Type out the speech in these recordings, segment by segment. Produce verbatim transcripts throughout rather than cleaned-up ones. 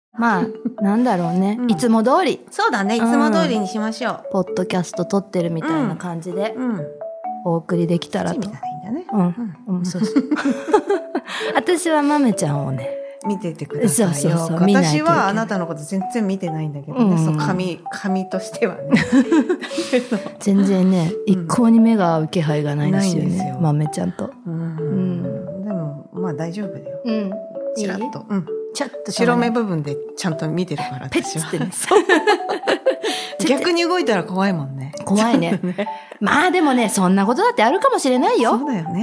まあ、なんだろうね、うん。いつも通り。 そうだね。いつも通りにしましょう。 うん、ポッドキャスト撮ってるみたいな感じで、うん、お送りできたらと。 みたいんだね。 うん。うん。うん、そうそう。私は豆ちゃんをね、 見ててくださいよ。そうそうそう。私はあなたのこと全然見てないんだけどね。うん、そう、髪、髪としてはね。 全然ね、一向に目が合う気配がないんですよね。よ豆ちゃんと。 うん。うん、でも、まあ大丈夫だよ。うん。チラッと。うん。 ちょっと白目部分でちゃんと見てるから、 私は。ペッつってね。 逆に動いたら怖いもんね。 怖いね。まあでもね、そんなことだってあるかもしれないよ。 そうだよね。 うん。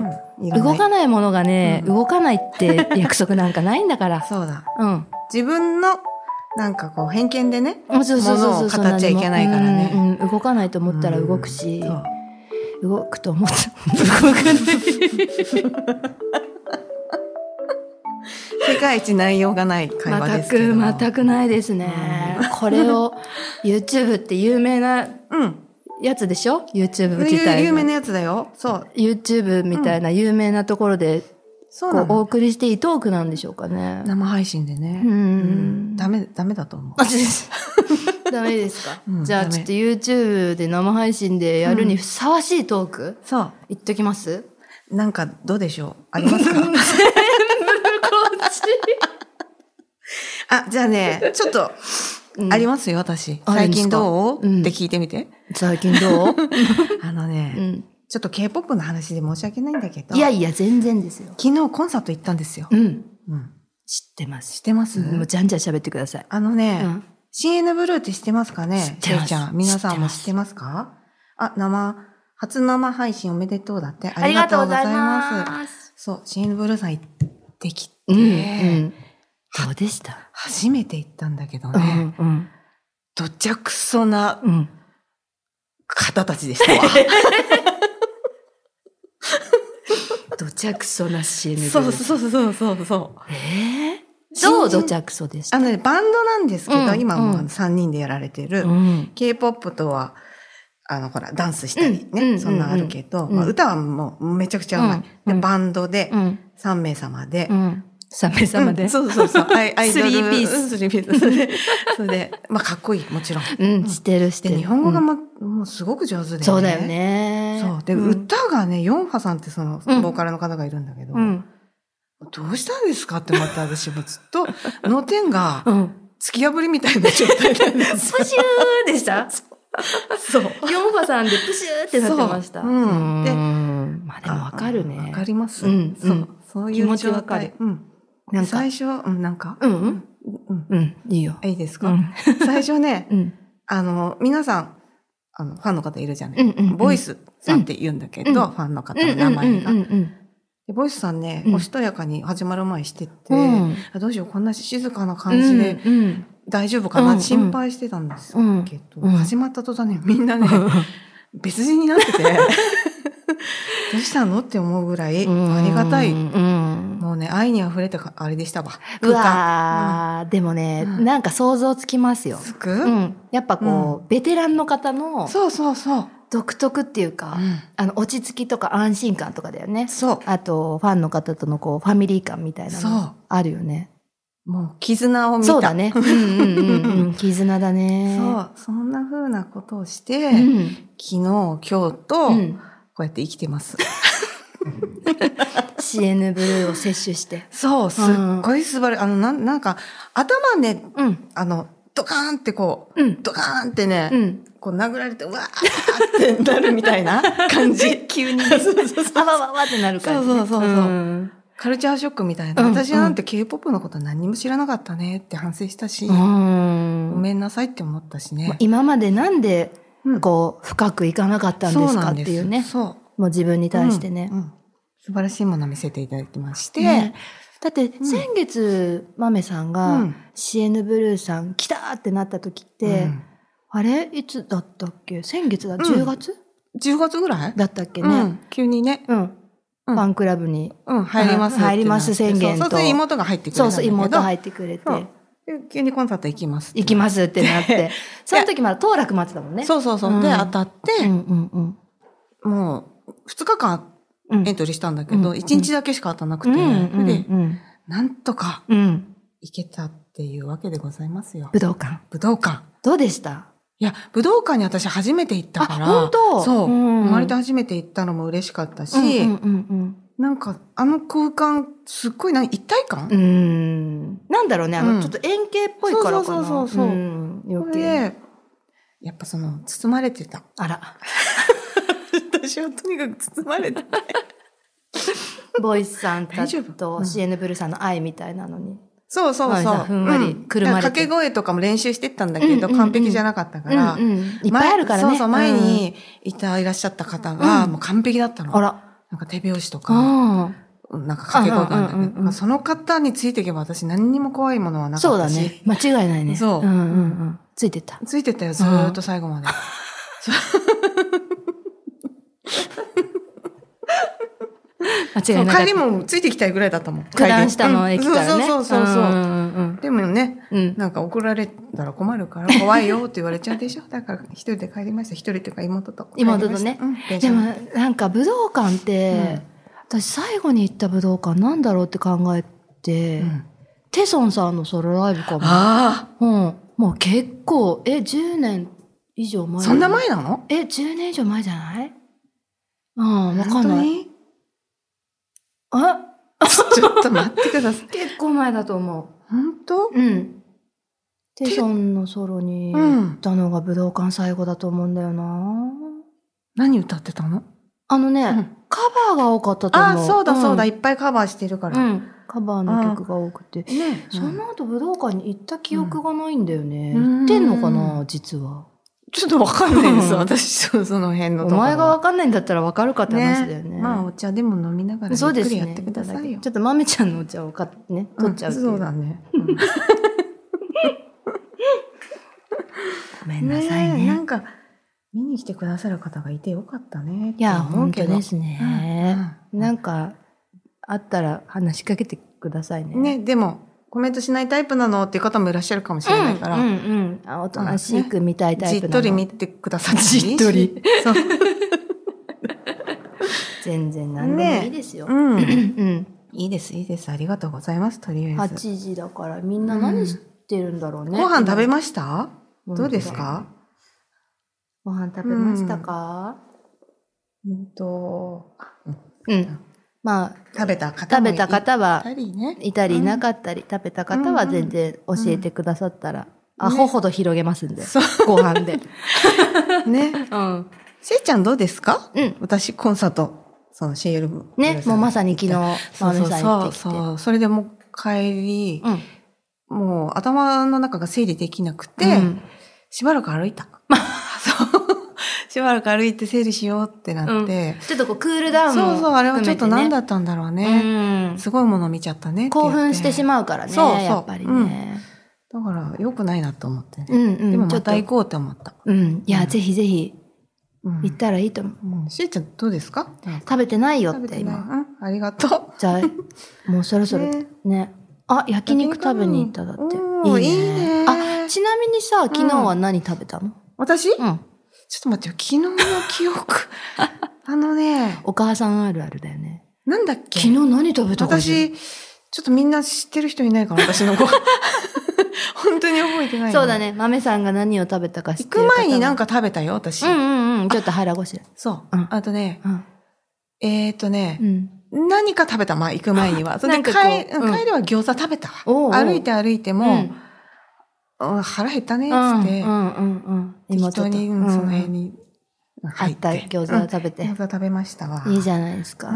うん、動かないものがね、うん、動かないって約束なんかないんだから。 そうだ。 うん。 自分の、なんかこう、偏見でね、ものを語っちゃいけないからね。 うんうん。動かないと思ったら動くし、うん、動くと思ったら動かない。 世界一内容がない会話ですけど。 全く、全くないですね。うん、これを YouTube って有名なやつでしょ？ YouTube 自体。 有名なやつだよ。そう。 YouTube みたいな有名なところで、そうこうお送りしていいトークなんでしょうかね。 生配信でね。 うん。うん、 ダメ、ダメだと思う。 ダメですか、うん、じゃあちょっと YouTube で生配信でやるにふさわしいトーク、うん、 そう。 言っときます？ なんかどうでしょう？ありますか？あ、じゃあね、ちょっと、ありますよ、私。最近どう、うん、って聞いてみて。 最近どうあのね、うん、ちょっと K-ポップ の話で申し訳ないんだけど。 いやいや、全然ですよ。 昨日コンサート行ったんですよ。 うん。うん、知ってます。 知ってます？ もうじゃんじゃん喋ってください。 あのね、うん、シーエヌ ブルーって知ってますかね？ 知ってます。 ちゃん。皆さんも知ってますか？あ、生、初生配信おめでとうだって。ありがとうございます。ありがとうございます。そう、シーエヌ ブルーさん行ってきて、うんうん、 どうでした？ 初めて行ったんだけどね、うんうん、どちゃくそな方たちでしたわ。 どちゃくそな シーエヌ ブルー。 そうそうそうそうそう。 えー、どうどちゃくそでした？ あのね、バンドなんですけど、うん、今もさんにんでやられてる、うん、K-ポップ とは、あの、ほら、ダンスしたりね、うん、そんなあるけど、うんまあ、歌はもうめちゃくちゃうまい。うん、でバンドで、さんめいさまで、 うんさんめいさまで、 うん。そうそうそう。アイ, アイドル。 スリーピース。 スリーピース。それで、それでまあ、かっこいい、もちろん。 うん、してるしてる。 で、日本語が、ま、うん、もうすごく上手でね。 そうだよね。 そう。で、うん、歌がね、ヨンファさんってその、ボーカルの方がいるんだけど、うん、どうしたんですかって思った私もずっと、脳天が、突き破りみたいな状態なんです。 プシューでしたそう。ヨンファさんでプシューってなってました。 そう。うん。で、 まあでもわかるね。 わかります。 うん。 そう。そういう気持ちわかる。 うん。なんか最初、うん、なんか。 うん、うん。うん、いいよ。 いいですか、うん、最初ね、うん、あの、皆さん、あの、ファンの方いるじゃない、うんうんうん、ボイスさんって言うんだけど、うん、ファンの方の名前が。でボイスさんね、うん、おしとやかに始まる前してて、うん、どうしよう、こんな静かな感じで、うんうん、大丈夫かなって心配してたんですけど、うんうん、始まった途端ね、みんなね、別人になってて、どうしたのって思うぐらい、ありがたい。もうね、愛に溢れたあれでしたわ。 うわー、うん、でもね、うん、なんか想像つきますよ。 つく？ うん。やっぱこう、うん、ベテランの方の、 そうそうそう。 独特っていうか、うん、あの、落ち着きとか安心感とかだよね。 そう。 あと、ファンの方とのこう、ファミリー感みたいなのあるよね。 もう、絆を見た。 そうだね。うんうんうんうん。絆だね。 そう。そんな風なことをして、うん、昨日、今日と、うん、こうやって生きてます。 シーエヌ ブルーを摂取して。 そう、すっごい素晴らしい。あの、な、なんか、頭ね、うん、あの、ドカーンってこう、うん、ドカーンってね、うん、こう殴られて、うわーってなるみたいな感じ。 急に。そうそうそう。あわわわってなる感じ、 ね。そうそうそうそう、うん。カルチャーショックみたいな。うん、私なんて K-ポップ のこと何にも知らなかったねって反省したし、うん、ごめんなさいって思ったしね。 今までなんで、こう、深くいかなかったんですかっていうね。 そう。 もう自分に対してね。 うんうん、素晴らしいものを見せていただきまして。 ね、だって、先月、うん、マメさんが、うん、シーエヌ ブルーさん来たーってなった時って、うん、あれいつだったっけ？先月だ、じゅうがつ、うん、 じゅうがつぐらいだったっけね、 うん、急にね。 うん。ファンクラブに。 うん、入ります。 入ります宣言と。 そうそう、妹が入ってくれたんだけど。 そうそう、妹入ってくれて。 急にコンサート行きます。 行きますってなって。その時まだ当落待ってたもんね。 そうそうそう。うん、で、当たって、うんうんうん、もう、二日間エントリーしたんだけど、一、うん、日だけしか当たらなくて、うんうんうん、で、なんとか行けたっっていうわけでございますよ。 武道館。 武道館。 どうでした？ いや、武道館に私初めて行ったから。 本当？ そう。 うん、 生まれて初めて行ったのも嬉しかったし、 うんうんうんうん、 なんか、あの空間、すっごいな、一体感？ うん。なんだろうね、あの、うん、ちょっと円形っぽいからかな。 そうそうそうそう。うん、 余計。 やっぱその、包まれてた。 あら。 私はとにかく包まれてて。 ボイスさんと シーエヌ ブルーさんの愛みたいなのに。 そうそうそう。 ふんわりくるまれて、 掛け声とかも練習してったんだけど、うんうんうん、完璧じゃなかったから、 うんうん、いっぱいあるからね。 そうそう、前にいた、いらっしゃった方が、もう完璧だったの。 あら。 なんか手拍子とか、なんか掛け声があるんだけど、うんうんうんうん、その方についていけば私何にも怖いものはなかったし。 そうだね。間違いないね。 そう。 うんうんうん、ついてた。 ついてたよ、ずーっと最後まで。 間違いない。 帰りもついてきたいぐらいだったもん。 九段下の駅からね。 そうそうそうそう。うんうんうん、でもね、うん、なんか怒られたら困るから怖いよって言われちゃうでしょ。だから一人で帰りました。一人というか妹と。 妹とね。うん、でもなんか武道館って、うん、私最後に行った武道館なんだろうって考えて、うん、テソンさんのソロライブかも。 ああ。 うん。もう結構、え、じゅうねん以上前。 そんな前なの？ え、じゅうねん以上前じゃない？うん、わかんない。あちょっと待ってください。 結構前だと思う。 本当？ うん。テソンのソロに行ったのが武道館最後だと思うんだよな。うん、 何歌ってたの？ あのね、うん、カバーが多かったと思う。 あ、そうだそうだ、うん、いっぱいカバーしてるから。 うん。カバーの曲が多くて。ね、その後武道館に行った記憶がないんだよね。うん、行ってんのかな、実は。 ちょっとわかんないです、私、その辺のところ。 お前がわかんないんだったらわかるかって話だよね。 ね、まあ、お茶でも飲みながらゆっくりやってくださいよ。そうですね、 ちょっと豆ちゃんのお茶を買ってね、取っちゃうっていう。 うん、そうだね。うん、 ごめんなさいね。 ね、なんか、見に来てくださる方がいてよかったね。 いや、本当ですね。うんうん、なんか、あったら話しかけてくださいね。 ね、でも、コメントしないタイプなのっていう方もいらっしゃるかもしれないから。うんうんうん。おとなしく見たいタイプなの。 じっとり見てくださって。 じっとり。そう。全然何でもいいですよ。 ね、うん。うん。いいです、いいです。ありがとうございます、とりあえず。 はちじだからみんな何してるんだろうね。 ご飯食べました？どうですか？ ご飯食べましたか？ うんと、 うん。まあ、 食べた方もいたりね。いたりいなかったり、食べた方は全然教えてくださったら、アホほど広げますんで、ご飯で。 ね。うん。せいちゃんどうですか？うん。私、コンサート、その シーエルね、もうまさに昨日、 そうそうそうそう。それでもう帰り、もう頭の中が整理できなくて、しばらく歩いた。そう。しばらく歩いて整理しようってなって、 うん、ちょっとこうクールダウンも、 ね、そうそう、あれはちょっと何だったんだろうね。うん、すごいもの見ちゃったねって言って。 興奮してしまうからね。そうそう。やっぱりね。 うん、だから良くないなと思ってね。うんうん、でもまた行こうって思った。 うん。いや、うん、ぜひぜひ、行ったらいいと思う。 うん。しーちゃんどうですか？ 食べてないよって今。 うん。ありがとう。 じゃあ、もうそろそろね。ねあ、焼肉食べに行っただって。いいね。いいね。あ、ちなみにさ、昨日は何食べたの？ 私？うん。ちょっと待ってよ、昨日の記憶。あのね。 お母さんあるあるだよね。 なんだっけ？ 昨日何食べたか私、ちょっとみんな知ってる人いないから、私のご飯。本当に覚えてない。 そうだね。豆さんが何を食べたか知ってる。 行く前になんか食べたよ、私。 うんうんうん。ちょっと腹ごしらえ。 そう。うん、あとね、うん、えーとね、うん、何か食べた、まあ行く前には。それで帰、うん、帰りは餃子食べたわ。おうおう歩いて歩いても、うん腹減ったねっつって、うんうんうん、適当にその辺に入って。 あった餃子食べて、 うん。餃子食べましたわ。 いいじゃないですか。うん、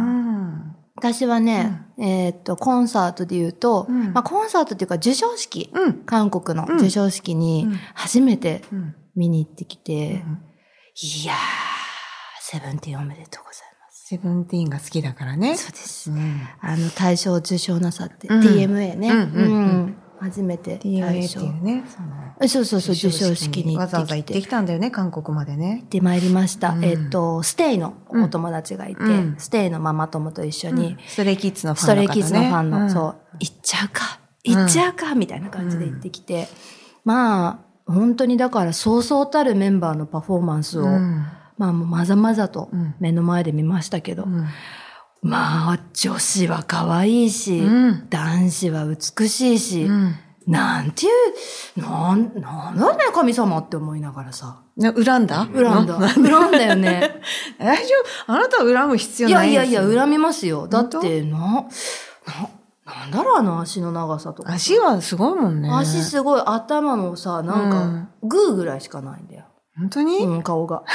私はね、うん、えっと、コンサートで言うと、うん、まあコンサートっていうか授賞式、うん、韓国の授賞式に初めて見に行ってきて、うんうん、いやー、セブンティーンおめでとうございます。 セブンティーンが好きだからね。 そうです。うん、あの、大賞受賞なさって、うん、ティーエムエー ね。うんうんうんうん初めて大賞。ティーエムエー っていうね。 そうそうそう、授賞式にわざわざ行ってきたんだよね、韓国までね。 行ってまいりました。うん、えっと、ステイのお友達がいて、うん、ステイのママ友と一緒に、うん、 ストレイキッズのファンの方ね。 ストレイキッズのファンの、うん、そう、行っちゃうか、行っちゃうか、みたいな感じで行ってきて、まあ、本当にだからそうそうたるメンバーのパフォーマンスを、まあもうまざまざと目の前で見ましたけど、まあ、女子は可愛いし、うん、男子は美しいし、うん、 なんていう、なん、なんだね、神様って思いながらさ。 恨んだ恨んだ。恨んだよね。 大丈夫？あなたは恨む必要ないですよ。 いやいやいや、恨みますよ。だって、な、な、なんだろう、あの足の長さとか。 足はすごいもんね。 足すごい、頭もさ、なんか、うん、グーぐらいしかないんだよ。 本当に？ うん、顔が。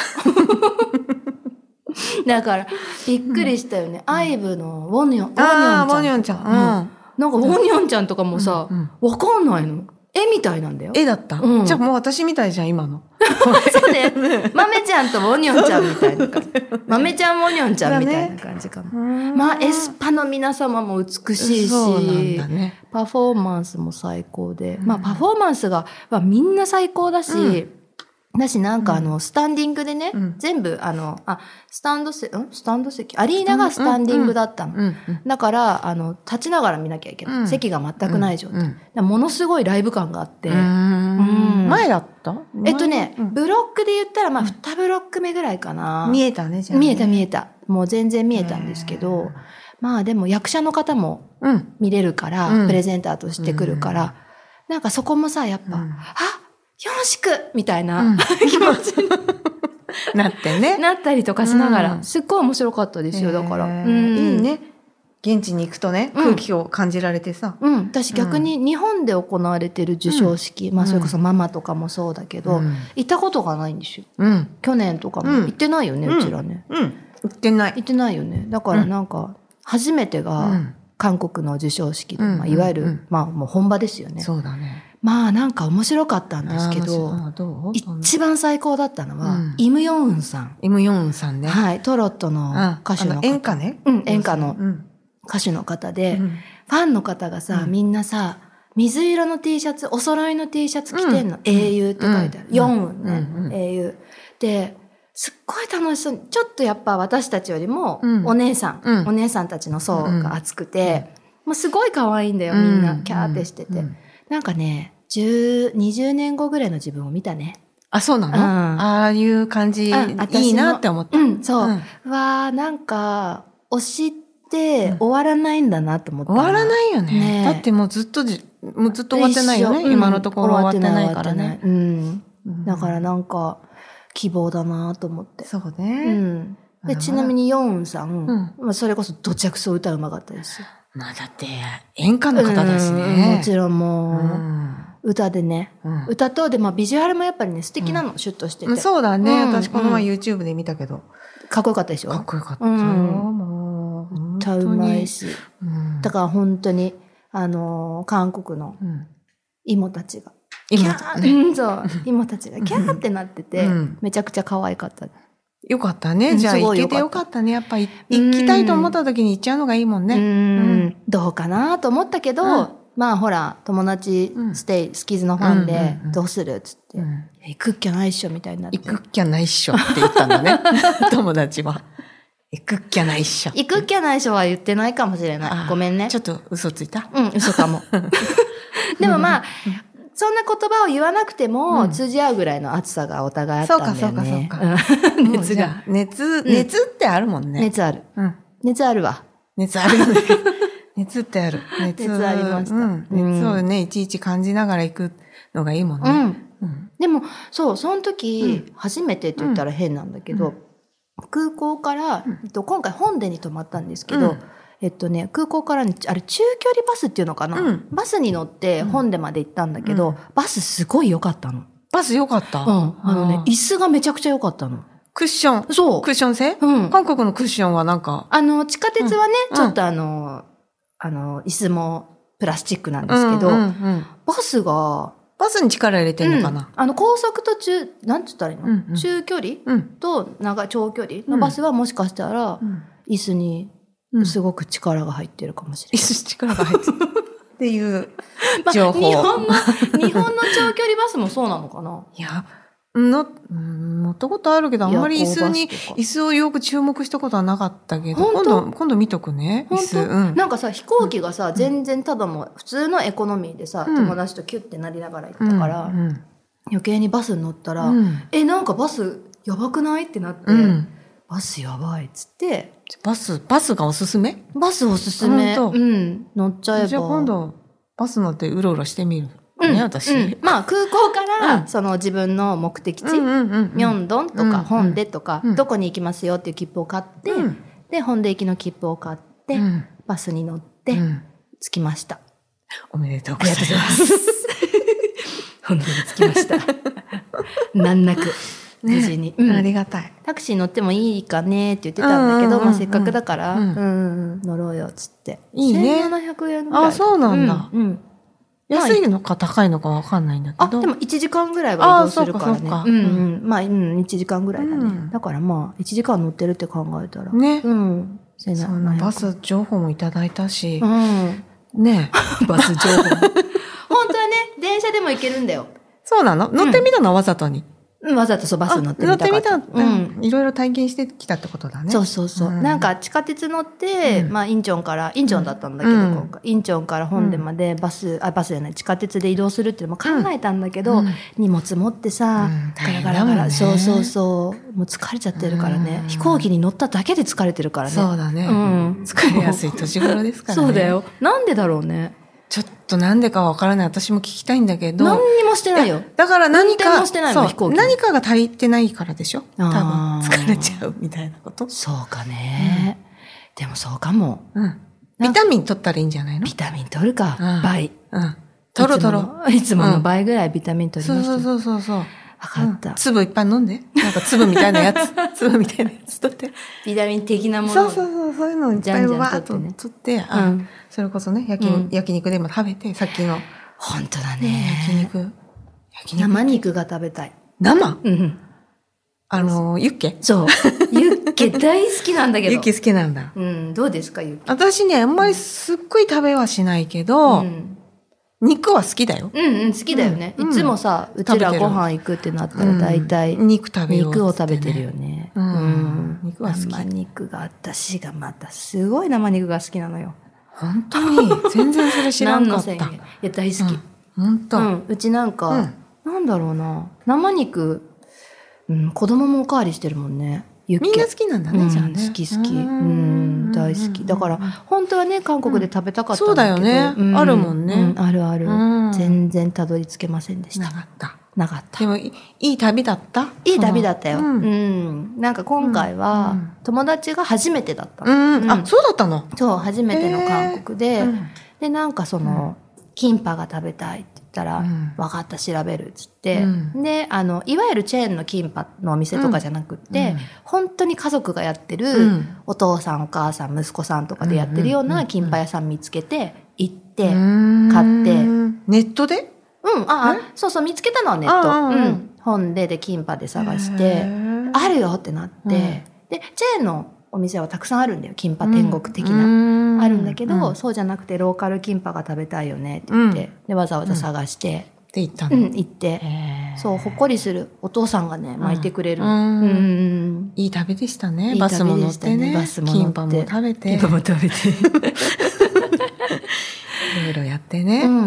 だから、びっくりしたよね。うん、アイブのウォニョン、ウォニョンちゃん。 ああ、ウォニョンちゃん。うん。 なんか、ウォニョンちゃんとかもさ、わ、うんうん、かんないの。絵みたいなんだよ。 絵だった、うん、じゃあもう私みたいじゃん、今の。 そうだよ。豆ちゃんとウォニョンちゃんみたいな感じ。豆ちゃんウォニョンちゃんみたいな感じかな。ね、まあ、エスパの皆様も美しいし、 そうなんだね、 パフォーマンスも最高で。まあ、パフォーマンスが、まあ、みんな最高だし、うんだし、なんかあの、スタンディングでね、うん、全部、あの、あ、スタンド席、んスタンド席アリーナがスタンディングだったの。うんうんうん、だから、あの、立ちながら見なきゃいけない。うん、席が全くない状態。うんうん、ものすごいライブ感があって。 うん前だったえっとね、うん、ブロックで言ったら、まあ、にブロック目ぐらいかな。 見えたね、じゃあ、ね。 見えた見えた。もう全然見えたんですけど、まあでも役者の方も見れるから、うん、プレゼンターとしてくるから、うん、なんかそこもさ、やっぱ、うん、あよろしくみたいな、うん、気持ちになってね。 なったりとかしながら、うん、すっごい面白かったですよ、だから。うん、 いいね。現地に行くとね、空気を感じられてさ。 うん。うん、私逆に日本で行われてる授賞式、うん、まあそれこそママとかもそうだけど、うん、行ったことがないんですよ。うん。去年とかも行ってないよね、うん、うちらね。 うん。行ってない。 行ってないよね。だからなんか、初めてが韓国の授賞式で、まあいわゆる、まあもう本場ですよね。 そうだね。 まあなんか面白かったんですけど、ど一番最高だったのは、うん、イムヨンウンさん。 イムヨンウンさんね。 はい。トロットの歌手の方。 演歌ね。 うん、演歌の歌手の方で、うん、ファンの方がさ、みんなさ、水色の T シャツ、お揃いの T シャツ着てんの。うん、英雄って書いてある。ヨンウンね、うんうん。英雄。で、すっごい楽しそうに、ちょっとやっぱ私たちよりも、お姉さん、うん、お姉さんたちの層が熱くて、もうすごい可愛いんだよ、みんな。キャーってしてて。うんうんなんかね、十、二十年後ぐらいの自分を見たね。 あ、そうなの、うん、ああいう感じ、いいなって思った。 うん、そう。うん、わー、なんか、推しって終わらないんだなと思った、 うん。終わらないよね。ねだってもうずっとじ、もうずっと終わってないよね。今のところ終わってないからね。 うん。だからなんか、希望だなと思って。 そうね。 うん。で、ちなみにヨンウンさん、うんまあ、それこそどちゃくそ歌うまかったですよ。 まあだって演歌の方だしね。 うんもちろんもう、うん、歌でね、うん、歌とでまあビジュアルもやっぱりね素敵なの、うん、シュッとしてて。 そうだね、うん。私この前 YouTube で見たけど、 かっこよかったでしょ。 かっこよかった。うん、もう歌うまいし、うん、だから本当にあのー、韓国の妹たちが、 妹たち、 ね、そう妹たちがキャーってなってて、うん、めちゃくちゃ可愛かった。 よかったね。じゃあ行けてよかったね。やっぱり行きたいと思った時に行っちゃうのがいいもんね。うんうん、どうかなと思ったけど、うん、まあほら、友達、ステイ、スキズのファンで、どうするっつって、うん、行くっきゃないっしょみたいになって。 行くっきゃないっしょって言ったんだね。友達は。行くっきゃないっしょ。 行くっきゃないっしょは言ってないかもしれない。ごめんね。 ちょっと嘘ついた？ うん、嘘かも。でもまあ、そんな言葉を言わなくても、通じ合うぐらいの熱さがお互いあったんだよね。 そうか、そうか、そうか。熱が。熱、熱ってあるもんね。 熱ある。うん。熱あるわ。 熱あるよね。熱ってある。 熱ありました。うん。 熱をね、いちいち感じながら行くのがいいもんね。 うん。でも、そう、その時、初めてって言ったら変なんだけど、空港から、今回本殿に泊まったんですけど、えっとね、空港からね、あれ中距離バスっていうのかな、うん、バスに乗って本殿まで行ったんだけど、うん、バスすごい良かったの。 バス良かった？ うん。あのね、椅子がめちゃくちゃ良かったの。 クッション。 そう。 クッション性？うん。韓国のクッションはなんか。 あの、地下鉄はね、うん、ちょっとあの、あの、椅子もプラスチックなんですけど、うんうんうん、バスが、 バスに力入れてんのかな、 うん、あの、高速と中、なんて言ったらいいの、うんうん、中距離、うん、と長い長距離のバスはもしかしたら、椅子に、すごく力が入ってるかもしれない。 椅子力が入ってる。っていう情報。 まあ、日本の、日本の長距離バスもそうなのかな？ いや、の、乗ったことあるけど、あんまり椅子に、椅子をよく注目したことはなかったけど、今度、今度見とくね、椅子。 うん、なんかさ、飛行機がさ、うん、全然ただも普通のエコノミーでさ、うん、友達とキュッてなりながら行ったから、うんうん、余計にバスに乗ったら、うん、え、なんかバスやばくないってなって、うんバスやばいっつって。 バス、バスがおすすめ？ バスおすすめ。うん。乗っちゃえば。 じゃあ今度、 バス乗ってうろうろしてみる。ね、 うん私、 うん。まあ空港から、うん、その自分の目的地、うんうんうん、ミョンドンとか、ホンデとか、うん、どこに行きますよっていう切符を買って、うん、で、ホンデ行きの切符を買って、うん、バスに乗って、うん、着きました。 おめでとうございます。 ホンデに着きました。難なく。無事に、 ねうん、ありがたい。 タクシー乗ってもいいかねって言ってたんだけど、うんうんうん、まあせっかくだから、うんうん、乗ろうよっつって。 いいね。 せんななひゃくえんぐらい。 あ、そうなんだ。 うんうん、 安いのか高いのかわかんないんだけど。 あ、でもいちじかんぐらいは移動するからね。うんうん。まあ、うん、いちじかんぐらいだね。うん、だからまあ、いちじかん乗ってるって考えたら。 ね。 うん。 そんなバス情報もいただいたし。うん。ねバス情報。本当はね、電車でも行けるんだよ。 そうなの？乗ってみたの、わざとに。 わざとそうバス乗ってみたかった。乗ってみた。 うん。いろいろ体験してきたってことだね。 そうそうそう。うん、なんか地下鉄乗って、うん、まあインチョンから、インチョンだったんだけど、うん、今回。インチョンから本殿までバス、あ、バスじゃない、地下鉄で移動するっていうのも考えたんだけど、うん、荷物持ってさ、うん、ガラガラガラ、ね、そうそうそう。もう疲れちゃってるからね、うん。飛行機に乗っただけで疲れてるからね。 そうだね。うん。疲れやすい年頃ですからね。 そうだよ。なんでだろうね。 ちょっとなんでかわからない。私も聞きたいんだけど。 何にもしてないよ。 だから何か、 運転もしてないの、飛行機。 何かが足りてないからでしょ？多分疲れちゃうみたいなこと。 そうかね、うん。でもそうかも。 うん。ビタミン取ったらいいんじゃないの？ ビタミン取るか。うん、倍。 うん。取ろ取ろ。 いつもの倍ぐらいビタミン取りました。 そうそうそうそう。 わかった、うん。 粒いっぱい飲んで。なんか粒みたいなやつ。粒みたいなやつ取って。 ビタミン的なもの。 そうそうそう。そういうのをいっぱいわーっと取って、あ、うん、それこそね、焼き、うん、焼肉でも食べて、さっきの。 本当だね。 焼肉。 焼肉。生肉が食べたい。 生？うん。あの、ユッケ？ そう。ユッケ大好きなんだけど。 ユッケ好きなんだ。 うん。どうですか、ユッケ？ 私ね、あんまりすっごい食べはしないけど、うん肉は好きだよ。 うんうん、好きだよね。うん、いつもさ、うちらご飯行くってなったら大体、 うん、肉食べよう、ね。 肉を食べてるよね。うん。うん、 肉は好き。 生肉が私がまたすごい生肉が好きなのよ。 本当に全然それ知らんかった。 何の宣言？いや、大好き。うん、 本当、 うん。うちなんか、うん、なんだろうな。生肉、うん、子供もおかわりしてるもんね。 みんな好きなんだね、うん、じゃあね。 好き好き。うん、大好き。だから、本当はね、韓国で食べたかったんだけど。 そうだよね。うん、あるもんね、 うん。あるある、うん。全然たどり着けませんでした。 なかった。 なかった。 でも、いい旅だった？ いい旅だったよ。うん。うん、なんか今回は、友達が初めてだったの。 うん。あ、そうだったの？ そう、初めての韓国で。で、なんかその、キンパが食べたいって言ったら、うん、分かった、調べるっつって、うん、で、あの、いわゆるチェーンのキンパのお店とかじゃなくって、うん、本当に家族がやってる、うん、お父さん、お母さん、息子さんとかでやってるようなキンパ屋さん見つけて、行って、買って。 ネットで？ うん、あ、そうそう、見つけたのはネット。うん。本ででキンパで探して、あるよってなって、うん、で、チェーンのお店はたくさんあるんだよ。キンパ天国的な。うん、あるんだけど、うん、そうじゃなくてローカルキンパが食べたいよねって言って、うん、で、わざわざ探して。 で、行ったの？ うん、行って。そう、ほっこりするお父さんがね、巻いてくれる。うんうん、いい旅でしたね。バスも乗ってね。 バスも乗って。 キンパも食べて。 キンパも食べて。 いろいろやってね。うん、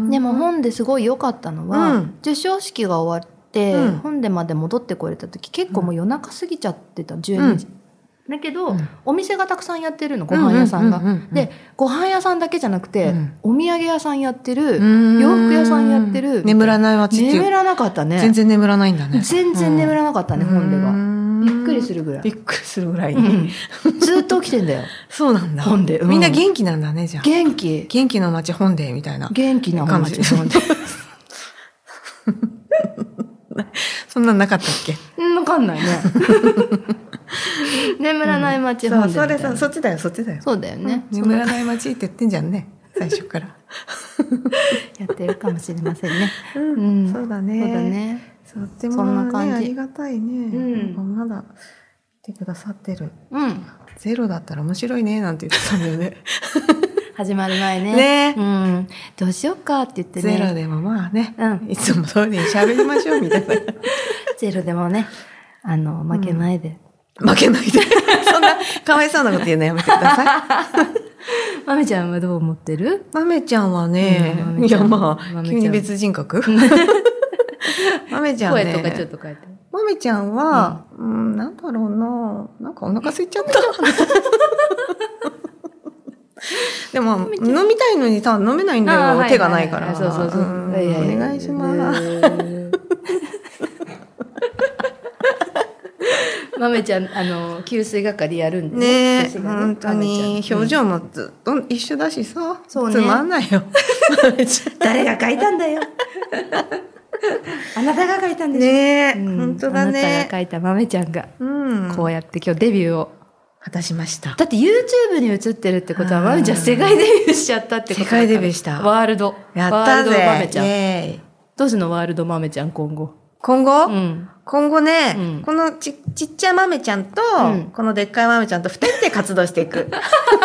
でも本ですごい良かったのは、うん、授賞式が終わって、うん、本でまで戻ってこれた時、結構もう夜中過ぎちゃってた、じゅうにじ。だけど、うん、お店がたくさんやってるの、ご飯屋さんが。で、ご飯屋さんだけじゃなくて、うん、お土産屋さんやってる、洋服屋さんやってる。 眠らない街っていう。 眠らなかったね。 全然眠らないんだね。 全然眠らなかったね、うん、本でが。びっくりするぐらい。 びっくりするぐらい。 うん、ずっと起きてんだよ。 そうなんだ。 本で、 うん。みんな元気なんだね、じゃあ。 元気。 元気の街本でみたいな。 元気な街本で。 そんなんなかったっけ？ わかんないね。眠らない街本で、うん。 そう、それさ、そっちだよ、そっちだよ。 そうだよね。 うん、眠らない街って言ってんじゃんね、最初から。 やってるかもしれませんね。 うん、うん、そうだね。 そうだね。 そっちも、ね、そんな感じ。ありがたいね。うん、まだ来てくださってる。うん。ゼロだったら面白いね、なんて言ってたんだよね。 始まる前ね。 ね、 うん。どうしようかって言ってね。 ゼロでもまあね、うん、いつも通りに喋りましょうみたいな。 ゼロでもね、あの、負けないで。 うん、負けないで。そんな、かわいそうなこと言うのやめてください。 まめちゃんはどう思ってる？ まめちゃんはね、うん、いやまあ、急に別人格まめちゃんね。 声とかちょっと変えて。 まめちゃんは、うん、うん、なんだろうな、なんかお腹空いちゃった。 でも、飲みたいのにさ、飲めないんだよ。手がないから。 そうそうそう。 お願いします。 豆ちゃん、あの、給水係やるんでね。ねえ、本当に。表情もずっと一緒だしさ。そうね。つまんないよ。 誰が書いたんだよ。あなたが書いたんでしょ。 ねえ、本当だね。 あなたが書いた豆ちゃんが、こうやって今日デビューを果たしました。 だって YouTube に映ってるってことは、豆ちゃん世界デビューしちゃったってことだから。 世界デビューした。 ワールド。 やったぜ。 ワールド豆ちゃん。 イエーイ。 どうすんのワールド豆ちゃん今後。 今後、 うん、 今後ね、うん、このち、ちっちゃい豆ちゃんと、うん、このでっかい豆ちゃんと二人で活動していく。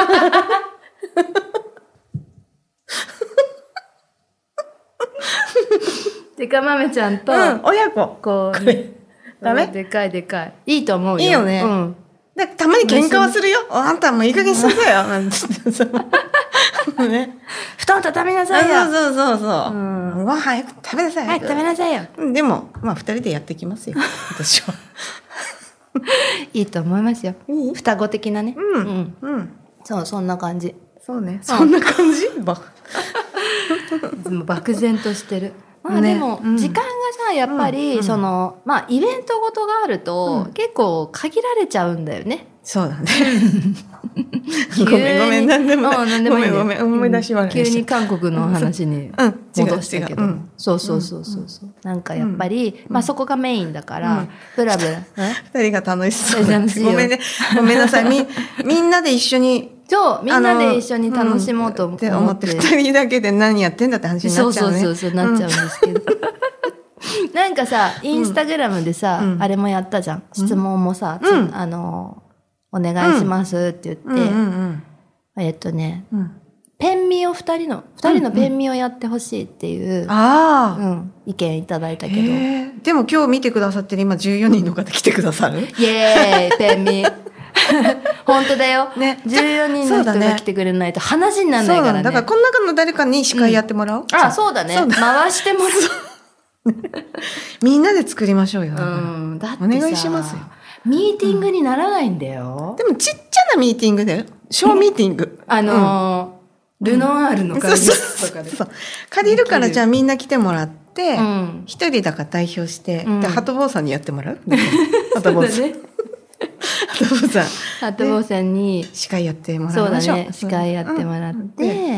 でか豆ちゃんと、うん、 親子。 こう、ね、ダメでかいでかい。いいと思うよ。 いいよね。うん。でたまに喧嘩はするよ。あんたもういい加減しなさいよ。なんてね。 布団畳みなさいよ。 そうそうそうそう。うん。ご飯早く食べなさい。 早く食べなさいよ。 でも、まあ二人でやっていきますよ。私は。 いいと思いますよ。 いい双子的なね。 うん。うん。 そう、そんな感じ。 そうね。そんな感じば。 漠然としてる。まあでも、時間がさ、やっぱり、その、まあイベントごとがあると、結構限られちゃうんだよね。 そうだね。ごめんごめん、なんでもない。ごめんごめん、思い出し笑い。 急に韓国の話に戻したけど。そうそうそうそう。なんかやっぱり、まあそこがメインだから、ブラブラ。 二人が楽しそう。ごめんね。ごめんなさい。み、みんなで一緒に。 そう、みんなで一緒に楽しもうと思って。 って思って、二人だけで何やってんだって話になっちゃうね。 そうそうそう、なっちゃうんですけど。なんかさ、インスタグラムでさ、あれもやったじゃん。質問もさ、あの、お願いしますって言って、えっとね、ペンミを二人の、二人のペンミをやってほしいっていう、意見いただいたけど。 でも今日見てくださってる今じゅうよにんの方来てくださる？ イエーイ、ペンミ。本当だよ。ね。じゅうよにんの人が来てくれないと話にならないからね。 だからこの中の誰かに司会やってもらおう。 あ、そうだね。回してもらう。 みんなで作りましょうよ。うん。だってさ、お願いしますよ。 ミーティングにならないんだよ。 でもちっちゃなミーティングだよ。小ミーティング。 あの、ルノアールの会議室とかで。 借りるからじゃあみんな来てもらって、一人だから代表して、で、ハトボーさんにやってもらう。ハトボーさん。ハトボーさん。 ハトボーさんに司会やってもらいましょう。 そうだね。司会やってもらって。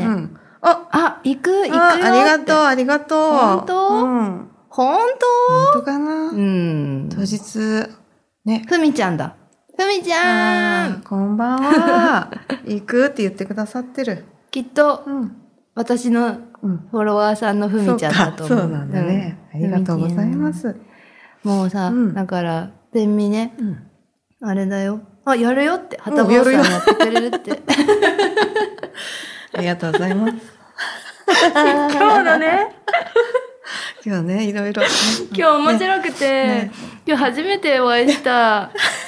あ、 あ、行く、行くよ。 ありがとう、ありがとう。 本当？本当？ 本当かな？うん。当日。ね。 ふみちゃんだ。ふみちゃん。 こんばんは。行くって言ってくださってる。 きっと、私のフォロワーさんのふみちゃんだと思う。 そうなんだね。ありがとうございます。 もうさ、だから、ペンミね、あれだよ。あ、やるよって、はたぼうさんやってくれるって。 ありがとうございます。 今日のね、 今日ね、いろいろ。 今日面白くて、今日初めてお会いした。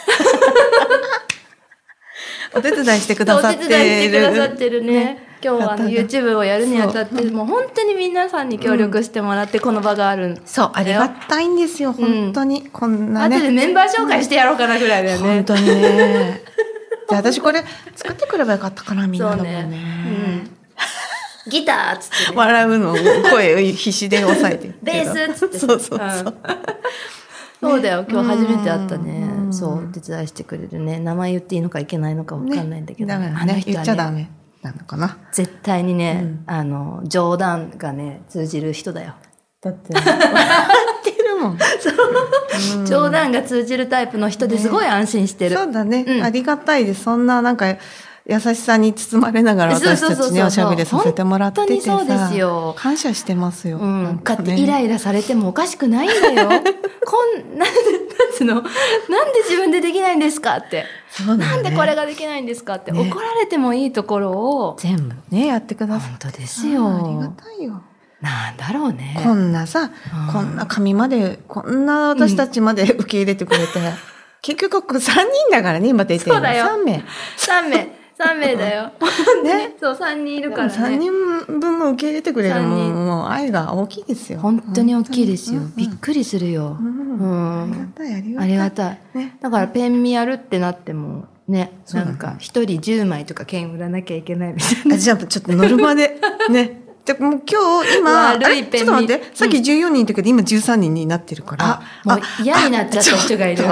お手伝いしてくださってる。 お手伝いしてくださってるね。今日はあの YouTube をやるにあたって、もう本当に皆さんに協力してもらってこの場がある。 そう、ありがたいんですよ、本当に。こんなね。 後でメンバー紹介してやろうかなぐらいだよね。 本当にね。じゃあ私これ作ってくればよかったかな、みんなのもね。 ギターっつって、 ね、笑うの声必死で抑えてベースっつってそうそうそう、うん、 そうだよ今日初めて会ったね、うん、そう手伝いしてくれるね名前言っていいのかいけないのか分かんないんだけど、 ね、ダメだね、あの人はね言っちゃダメなのかな絶対にね、うん、あの冗談がね通じる人だよだって笑ってるもんそう、うん、冗談が通じるタイプの人ですごい安心してる、 ね、そうだね、うん、ありがたいですそんななんか優しさに包まれながら私たちねおしゃべりさせてもらっててさ本当にそうですよ感謝してますよ、 うん、なんかね、だってイライラされてもおかしくないんだよこんなんでなんつのなんで自分でできないんですかって、ね、なんでこれができないんですかって、ね、怒られてもいいところを全部ねやってくださって本当ですよありがたいよなんだろうねこんなさ、うん、こんな紙までこんな私たちまで受け入れてくれて、うん、結局さんにんだからね今出てるのさんめいさんめいさんめいだよ。ね。そう、さんにんいるからね。 さんにんぶんも受け入れてくれるもん、もう愛が大きいですよ。 本当に大きいですよ。びっくりするよ。 うん。ありがたい、ありがたい。 ありがたい。だからペンミやるってなっても、 ね、なんか一人じゅうまいとか券売らなきゃいけないみたいな。 あ、じゃあちょっとノルマでね。でもう今日今あれちょっと待って、さっきじゅうよにんだけど今じゅうさんにんになってるから、 あ、もう嫌になっちゃった人がいる。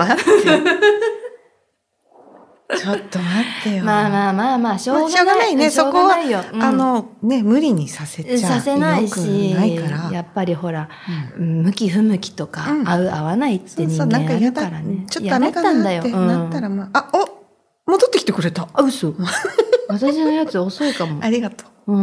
ちょっと待ってよ。 まあまあまあまあ、しょうがない。 しょうがないね。そこは、うん、あの、ね、無理にさせちゃさせないし、 ないから。 やっぱりほら、うん、向き不向きとか、うん、合う合わないって人間あるからね。 ちょっとダメかなってなったら、まあ、あ、お戻ってきてくれた。 あ、嘘。私のやつ遅いかも。 ありがとう。うん。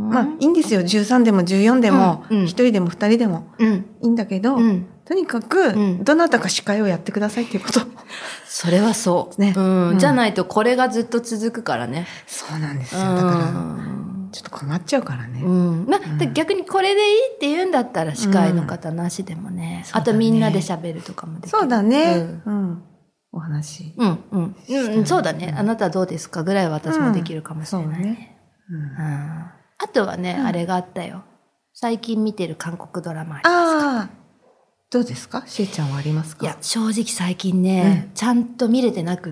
まあ、いいんですよ。じゅうさんでもじゅうよんでも、うん、ひとりでもふたりでも、いいんだけど、うん、とにかく、うん、どなたか司会をやってくださいっていうこと。 それはそう。ね。うん。うん、じゃないとこれがずっと続くからね。 そうなんですよ。だから、ちょっと困っちゃうからね。 うん。まあ、うん、逆にこれでいいって言うんだったら司会の方なしでもね。うん、あとみんなで喋るとかもできる。 そうだね。うん。うん、お話。 うんうん。うん、そうだね。あなたどうですかぐらいは私もできるかもしれないね。うん。うん、あとはね、うん、あれがあったよ。最近見てる韓国ドラマありますか？ ああ。どうですか？しーちゃんはありますか？ いや、正直最近ね、うん、ちゃんと見れてなくって、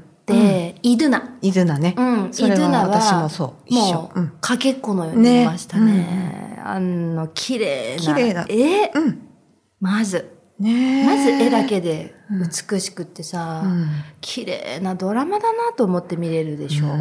うん、イドゥナ。 イドゥナね。 うん。イドゥナは、私もそう。もう、うん、かけっこのように見ましたね。ねうん、あの、綺麗な。 綺麗だ。 え、うん、まず。ねまず絵だけで美しくってさ、うん、綺麗なドラマだなと思って見れるでしょ。うん、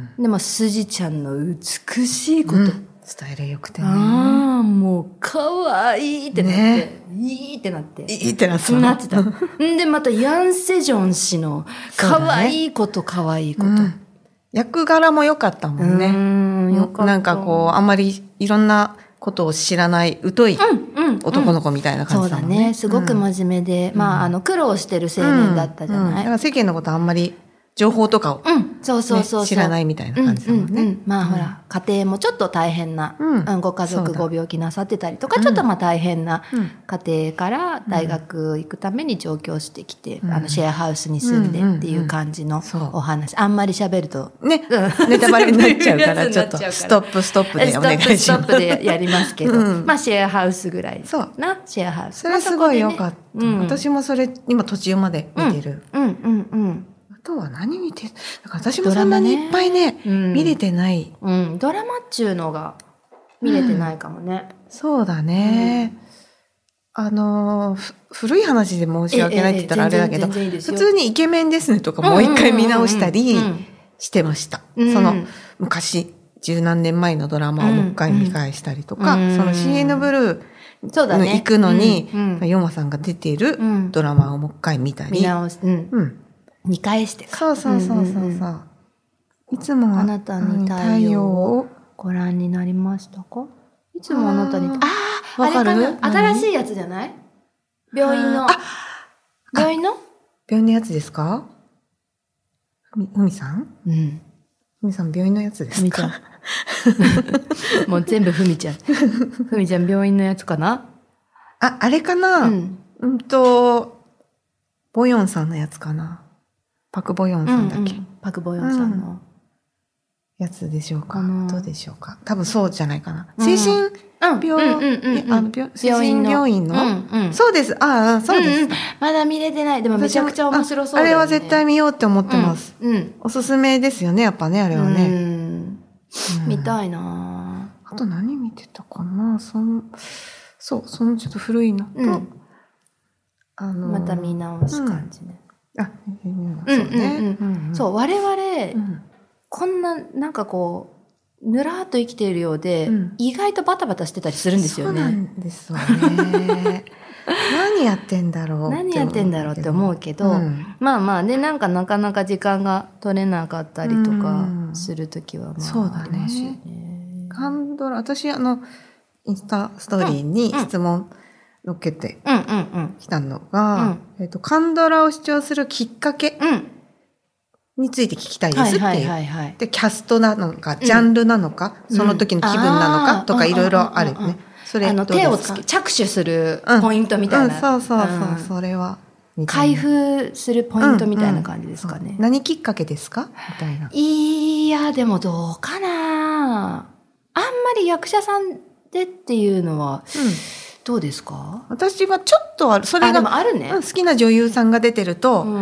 でも、スジちゃんの美しいこと。うんスタイル良くてね。 ああ、もう、かわいいってなって、ね、いいってなって。 いいってなってた。 なってた。んで、また、ヤン・セジョン氏の、かわいいことかわいいこと。うん、 役柄も良かったもんね。うんよかった。なんかこう、あんまりいろんなことを知らない、疎い男の子みたいな感じだもんね。 そうだね。すごく真面目で、うん、まあ、あの、苦労してる青年だったじゃない。うんうん、だから世間のことあんまり、情報とかを、ねうん、そうそうそうそう知らないみたいな感じだもんね。うんうんうん、 まあ、うん、ほら、家庭もちょっと大変な、うん、ご家族ご病気なさってたりとか、ちょっとまあ大変な家庭から大学行くために上京してきて、うん、あのシェアハウスに住んでっていう感じのお話。あんまり喋ると。 ね、ネタバレになっちゃうから、ちょっとストップストップでお願いします。 ストップストップでやりますけど、うん、まあシェアハウスぐらいな、シェアハウス。 それすごい良かった。うん、私もそれ、今途中まで見てる。 うん、うん、うん、うん。 あとは何見て、だから私もそんなにいっぱいね、ねうん、見れてない。 うん、ドラマっちゅうのが見れてないかもね。 うん、そうだね。うん、あの、古い話で申し訳ないって言ったらあれだけど、普通にイケメンですねとかもう一回見直したりしてました。その、昔、十何年前のドラマをもう一回見返したりとか、うん、その シーエヌ ブルー、 そうだね。 行くのに、うんうん、ヨマさんが出ているドラマをもう一回見たり。 見直す。うん。うん見返してか。そうそうそうそうそう、うんうん。いつもあなたに太陽をご覧になりましたか？いつもあなたに。ああ、あれかな新しいやつじゃない？病院の。病院の？ 病院のやつですか？ふみ、ふみさん？うん。ふみさん病院のやつですか？ ふみちゃん。もう全部ふみちゃん。ふみちゃん病院のやつかな？ あ、あれかな？うん。うんと、ボヨンさんのやつかな？パクボヨンさんだっけ、うんうん、 パクボヨンさんの、うん、 やつでしょうか、どうでしょうか多分そうじゃないかな、うん、精神病精神病院の、うんうん、そうですああそうです、うんうん、 まだ見れてないでもめちゃくちゃ面白そうだよねあ, あれは絶対見ようって思ってます、うんうん、おすすめですよねやっぱねあれはね、うんうん、見たいなあと何見てたかなそのそうそのちょっと古いのと、うん、 あのー、また見直す感じね、 あ、そうね。 そう、我々、うん、こんな、なんかこう、ぬらーっと生きているようで、うん、意外とバタバタしてたりするんですよね。 そうなんですよね。何やってんだろう何やってんだろうって思うけど、うん、まあまあね、なんかなかなか時間が取れなかったりとかするときはまあ、そうだね、ありますよね。 カンドラ、私あの、インスタストーリーに質問、うんうん乗っけてきたのが、うんうんうんえっと、カンドラを視聴するきっかけについて聞きたいですっていう。で、キャストなのか、ジャンルなのか、うん、その時の気分なのかとかいろいろあるよね。それあの手をつけ、着手するポイントみたいな。 うんうん、そうそうそう、うん、それは。 開封するポイントみたいな感じですかね。 うんうん、何きっかけですかみたいな。 いや、でもどうかなあんまり役者さんでっていうのは、うんどうですか？ 私はちょっとある。それが、 あ、でもあるね。 好きな女優さんが出てると、うん、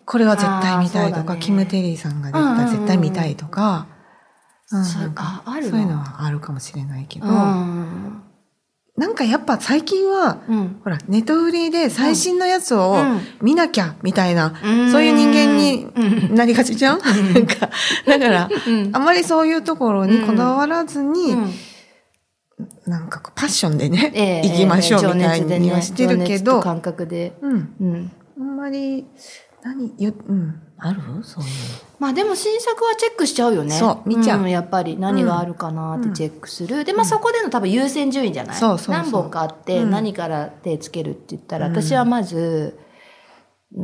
これは絶対見たいとか、ね、キム・テリーさんが出た絶対見たいとか、 うんうんうん、そう、あ、あるそういうのはあるかもしれないけど、うん、なんかやっぱ最近は、うん、ほら、ネトフリで最新のやつを見なきゃみたいな、うん、そういう人間になりがちじゃん、うん、なんか、だから、うん、あまりそういうところにこだわらずに、うんうん、なんかパッションでね、えー、行きましょうみたいにはしてるけど、 情熱と感覚で、 うんうん、あんまり何よ、うん、あるそういう。 まあでも新作はチェックしちゃうよね。 そう、見ちゃう。 うん、やっぱり何があるかなってチェックする。うん、で、まあそこでの多分優先順位じゃない？そうそうそう。何本かあって何から手つけるって言ったら、うん、私はまず、うん、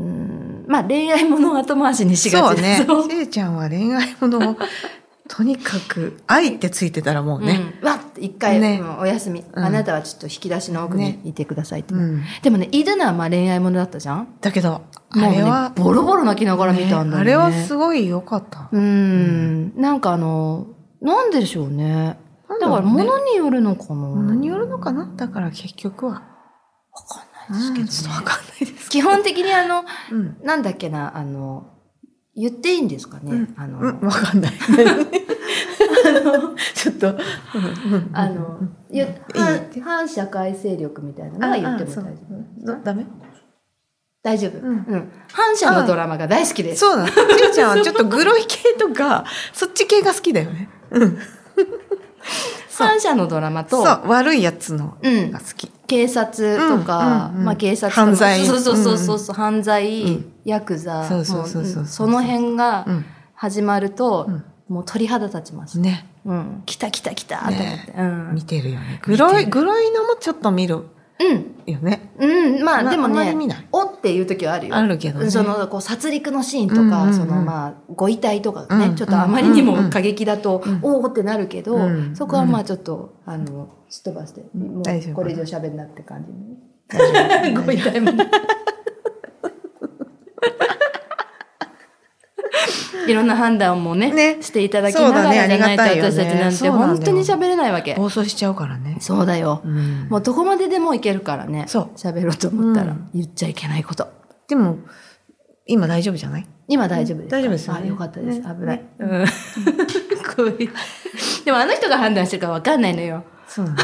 まあ恋愛ものを後回しにしがちです。 そうね。せいちゃんは恋愛ものをとにかく愛ってついてたらもうね、 うん、わって一回、ね、お休み、うん、あなたはちょっと引き出しの奥にいてくださいって、ね、うん、でもね、イドナはまあ恋愛ものだったじゃん。 だけどあれは、 ね、ボロボロ泣きながら見たんだよね。 あれはすごい良かった。 うん、うん、なんかあのなんででしょうね。だから物によるのかな。 物によるのかな。だから結局はわかんないですけど、 ね、うん、ちょっとわかんないですけど。 基本的にあの、うん、なんだっけな、あの言っていいんですかね。うん、 あの、うん、わかんない。あのちょっとあの反社会勢力みたいなのは言っても大丈夫ですか？ ダメ？ 大丈夫、うんうん、反社のドラマが大好きです。 そうなの。ちえちゃんはちょっとグロい系とかそっち系が好きだよね。うん、 反社のドラマと、 そう悪いやつのが好き。うん、 警察とか、うんうんうん、まあ警察とか犯罪、 そうそうそうそうそう、うん、犯罪、うん、ヤクザ、 そうそうそうそう、 その辺が始まると、うん、もう鳥肌立ちますね。 うん、来た来た来たと思って、ね、うん、 見てるよね。グロいグロいのもちょっと見る。 うんよね。 うん、まあでもね、おっていう時はあるよ。 あるけどね。 そのこう殺戮のシーンとか、うんうんうん、そのまあご遺体とかね、うんうん、ちょっとあまりにも過激だと、うんうん、おおってなるけど、うんうん、そこはまあちょっとあのすっ飛ばして、うん、もうこれ以上喋んなって感じ。ご遺体も。いろんな判断も ね, ねしていただきながらじゃないと、ね、私たちなんて本当に喋れないわけ。 暴走しちゃうからね。 そうだよ、うん、もうどこまででもいけるからね。そう喋ろうと思ったら、うん、言っちゃいけないこと。 でも今大丈夫じゃない？ 今大丈夫です。 大丈夫ですよね。 あ、よかったです、ね、危ない、ね、うん、こういうでもあの人が判断してるか分かんないのよ。 そうなの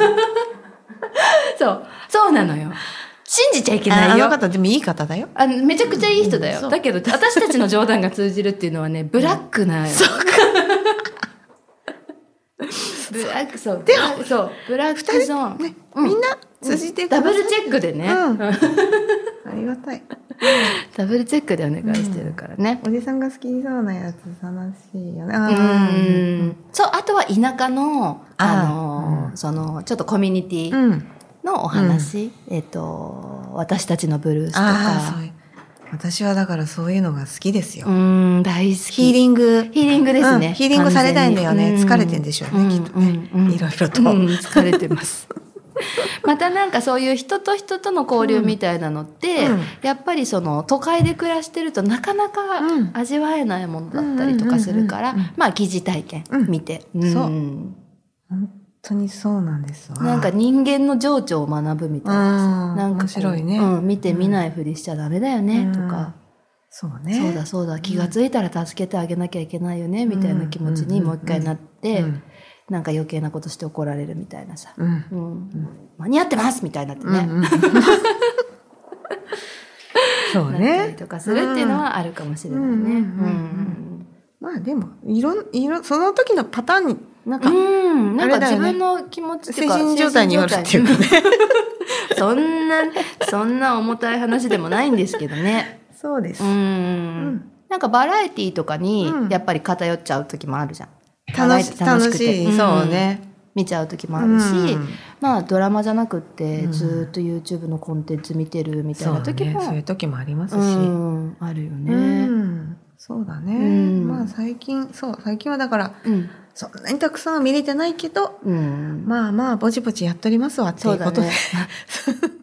そうそうなのよ。信じちゃいけないよ。 あの方でもいい方だよ。 あのめちゃくちゃいい人だよ、うん、だけど私たちの冗談が通じるっていうのはね、ブラックな、うん、そうかブラック、そうでもそうブラックゾーン、ね、うん、みんな通じてる、 ダブルチェックでね、うん、 ありがたいダブルチェックでお願いしてるからね、 うん、おじさんが好きそうなやつ楽しいよね。 あ、うん、そう、あとは田舎のあの、うん、そのちょっとコミュニティ、うんのお話、うん、えっと私たちのブルースとか。 そういう、私はだからそういうのが好きですよ。 うん、大好き。 ヒーリングヒーリングですね、 うん、ヒーリングされたいんだよね。疲れてんでしょうね、うん、きっとね、うん、いろいろと、うん、 疲れてますまたなんかそういう人と人との交流みたいなのって、うん、やっぱりその都会で暮らしてるとなかなか味わえないものだったりとかするから、まあ疑似体験見て、うん、 そう本当にそうなんですわ。 なんか人間の情緒を学ぶみたいな、なんか面白いね、 うん、見て見ないふりしちゃダメだよね、うん、とか、 そうね、 そうだそうだ、気がついたら助けてあげなきゃいけないよね、うん、みたいな気持ちにもう一回なって、うんうん、なんか余計なことして怒られるみたいなさ、うんうん、間に合ってますみたいになってね、うんうん、 そうね、 なったりとかするっていうのはあるかもしれないね、うんうんうんうん、 まあでもいろいろその時のパターンになんか、 うん、なんか自分の気持ちっていうか、 精神状態によるっていうかねそんなそんな重たい話でもないんですけどね。 そうです。 うん、うん、なんかバラエティーとかにやっぱり偏っちゃう時もあるじゃん。 楽し楽しい、うん、そうね。 見ちゃう時もあるし、うん、まあドラマじゃなくってずっと YouTube のコンテンツ見てるみたいな時も、 そうね、そういう時もありますし、 うん、あるよね。うん、 そうだね。うん、まあ最近そう最近はだから。うんそんなにたくさんは見れてないけど、うん、まあまあぼちぼちやっておりますわっていうことで、ね、